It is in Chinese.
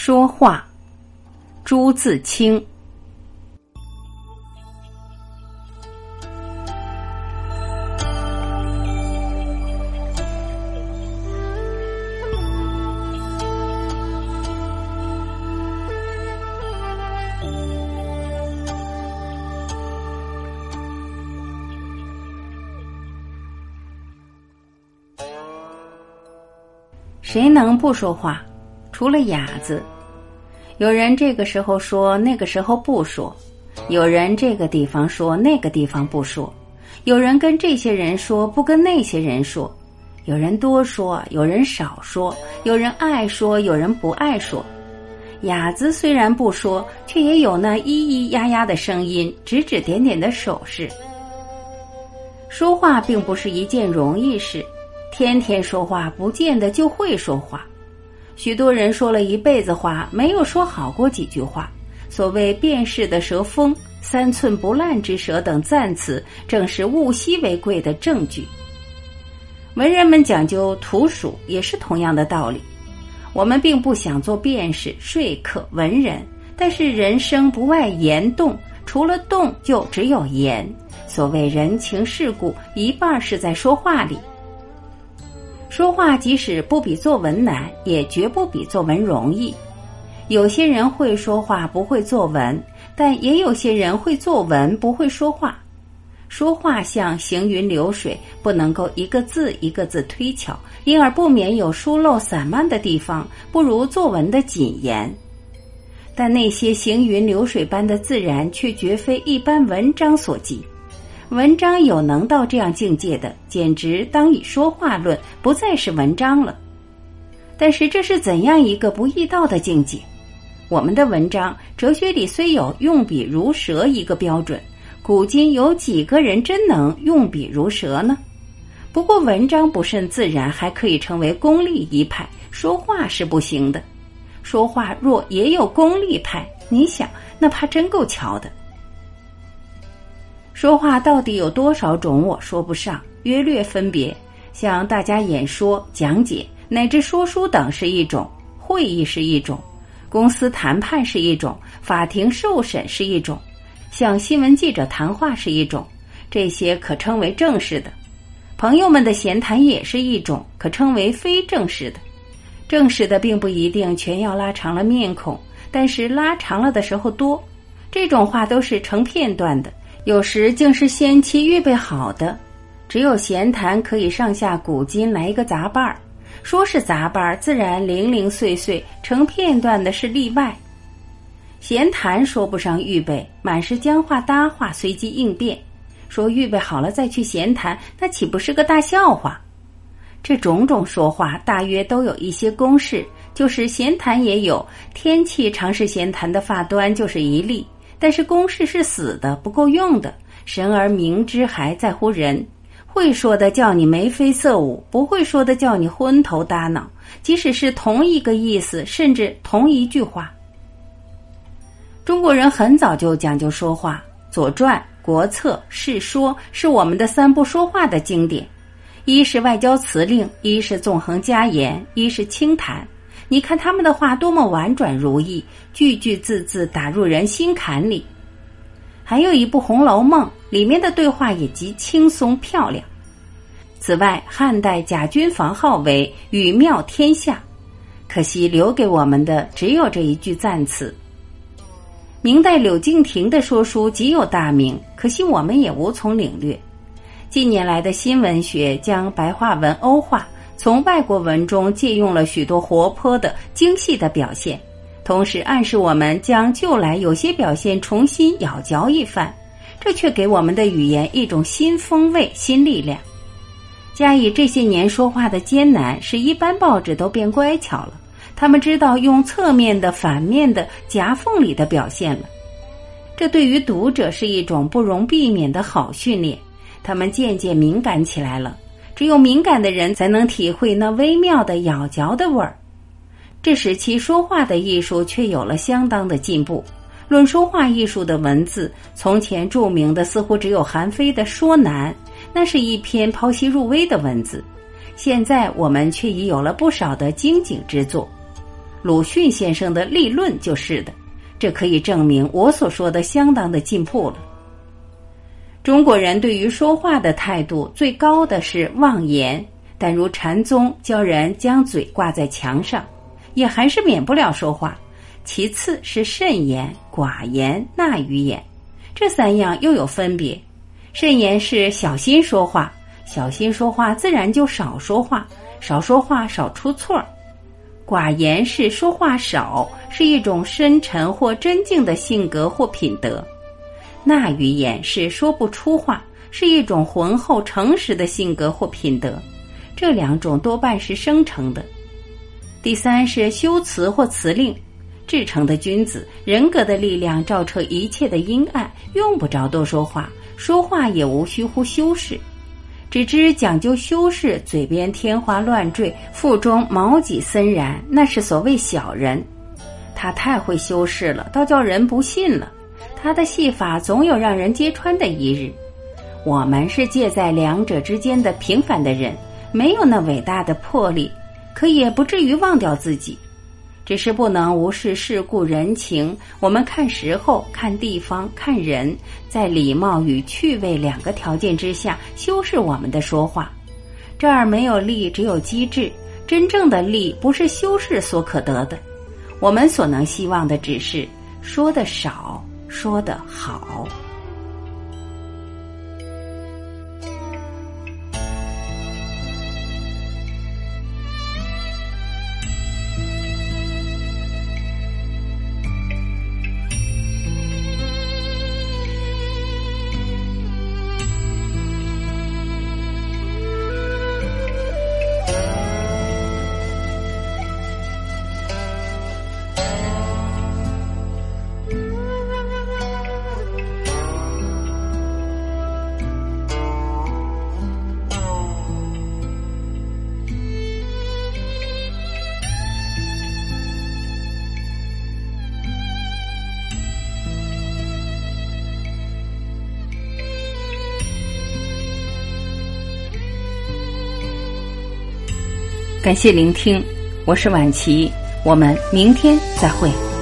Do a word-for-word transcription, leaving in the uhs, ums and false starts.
说话，朱自清。谁能不说话？除了哑子。有人这个时候说，那个时候不说；有人这个地方说，那个地方不说；有人跟这些人说，不跟那些人说；有人多说，有人少说；有人爱说，有人不爱说。哑子虽然不说，却也有那咿咿呀呀的声音，指指点点的手势。说话并不是一件容易事，天天说话不见得就会说话。许多人说了一辈子话，没有说好过几句话。所谓辨识的舌锋、三寸不烂之舌等赞词，正是物稀为贵的证据。文人们讲究图属，也是同样的道理。我们并不想做辩士、说客、文人，但是人生不外言动，除了动就只有言。所谓人情世故，一半是在说话里。说话即使不比作文难，也绝不比作文容易。有些人会说话不会作文，但也有些人会作文不会说话。说话像行云流水，不能够一个字一个字推敲，因而不免有疏漏散漫的地方，不如作文的谨严。但那些行云流水般的自然，却绝非一般文章所及。文章有能到这样境界的，简直当以说话论，不再是文章了。但是这是怎样一个不易到的境界？我们的文章，哲学里虽有用笔如蛇一个标准，古今有几个人真能用笔如蛇呢？不过文章不甚自然，还可以成为功利一派，说话是不行的。说话若也有功利派，你想，那怕真够瞧的。说话到底有多少种，我说不上，约略分别。像大家演说、讲解乃至说书等是一种，会议是一种，公司谈判是一种，法庭受审是一种，像新闻记者谈话是一种，这些可称为正式的。朋友们的闲谈也是一种，可称为非正式的。正式的并不一定全要拉长了面孔，但是拉长了的时候多。这种话都是成片段的，有时竟是先期预备好的。只有闲谈可以上下古今来一个杂伴儿，说是杂伴儿，自然零零碎碎成片段的是例外。闲谈说不上预备，满是僵话搭话，随机应变。说预备好了再去闲谈，那岂不是个大笑话？这种种说话大约都有一些公式，就是闲谈也有，天气常是闲谈的发端就是一例，但是公式是死的，不够用的。神而明之还在乎人，会说的叫你眉飞色舞，不会说的叫你昏头大脑，即使是同一个意思，甚至同一句话。中国人很早就讲究说话，左传、国策、世说是我们的三部说话的经典。一是外交辞令，一是纵横家言，一是清谈。你看他们的话多么婉转如意，句句字字打入人心坎里。还有一部《红楼梦》，里面的对话也极轻松漂亮。此外，汉代贾君房号为语妙天下，可惜留给我们的只有这一句赞词。明代柳敬亭的说书极有大名，可惜我们也无从领略。近年来的新文学将白话文欧化，从外国文中借用了许多活泼的精细的表现，同时暗示我们将旧来有些表现重新咬嚼一番，这却给我们的语言一种新风味、新力量。加以这些年说话的艰难，使一般报纸都变乖巧了，他们知道用侧面的、反面的、夹缝里的表现了。这对于读者是一种不容避免的好训练，他们渐渐敏感起来了。只有敏感的人才能体会那微妙的咬嚼的味儿。这时期说话的艺术却有了相当的进步。论说话艺术的文字，从前著名的似乎只有韩非的《说难》，那是一篇剖析入微的文字。现在我们却已有了不少的精警之作。 鲁迅先生的立论就是的，这可以证明我所说的相当的进步了。中国人对于说话的态度最高的是妄言，但如禅宗教人将嘴挂在墙上，也还是免不了说话。其次是慎言、寡言、纳语言，这三样又有分别。慎言是小心说话，小心说话自然就少说话，少说话少出错。寡言是说话少，是一种深沉或真静的性格或品德。纳语言是说不出话，是一种浑厚诚实的性格或品德。这两种多半是生成的。第三是修辞或辞令，至诚的君子，人格的力量照彻一切的阴暗，用不着多说话，说话也无需乎修饰。只知讲究修饰，嘴边天花乱坠，腹中毛戟森然，那是所谓小人。他太会修饰了，倒叫人不信了。他的戏法总有让人揭穿的一日。我们是介在两者之间的平凡的人，没有那伟大的魄力，可也不至于忘掉自己。只是不能无视世故人情，我们看时候、看地方、看人，在礼貌与趣味两个条件之下修饰我们的说话。这儿没有力，只有机智。真正的力不是修饰所可得的，我们所能希望的只是说得少，说得好。感谢聆听，我是婉琪，我们明天再会。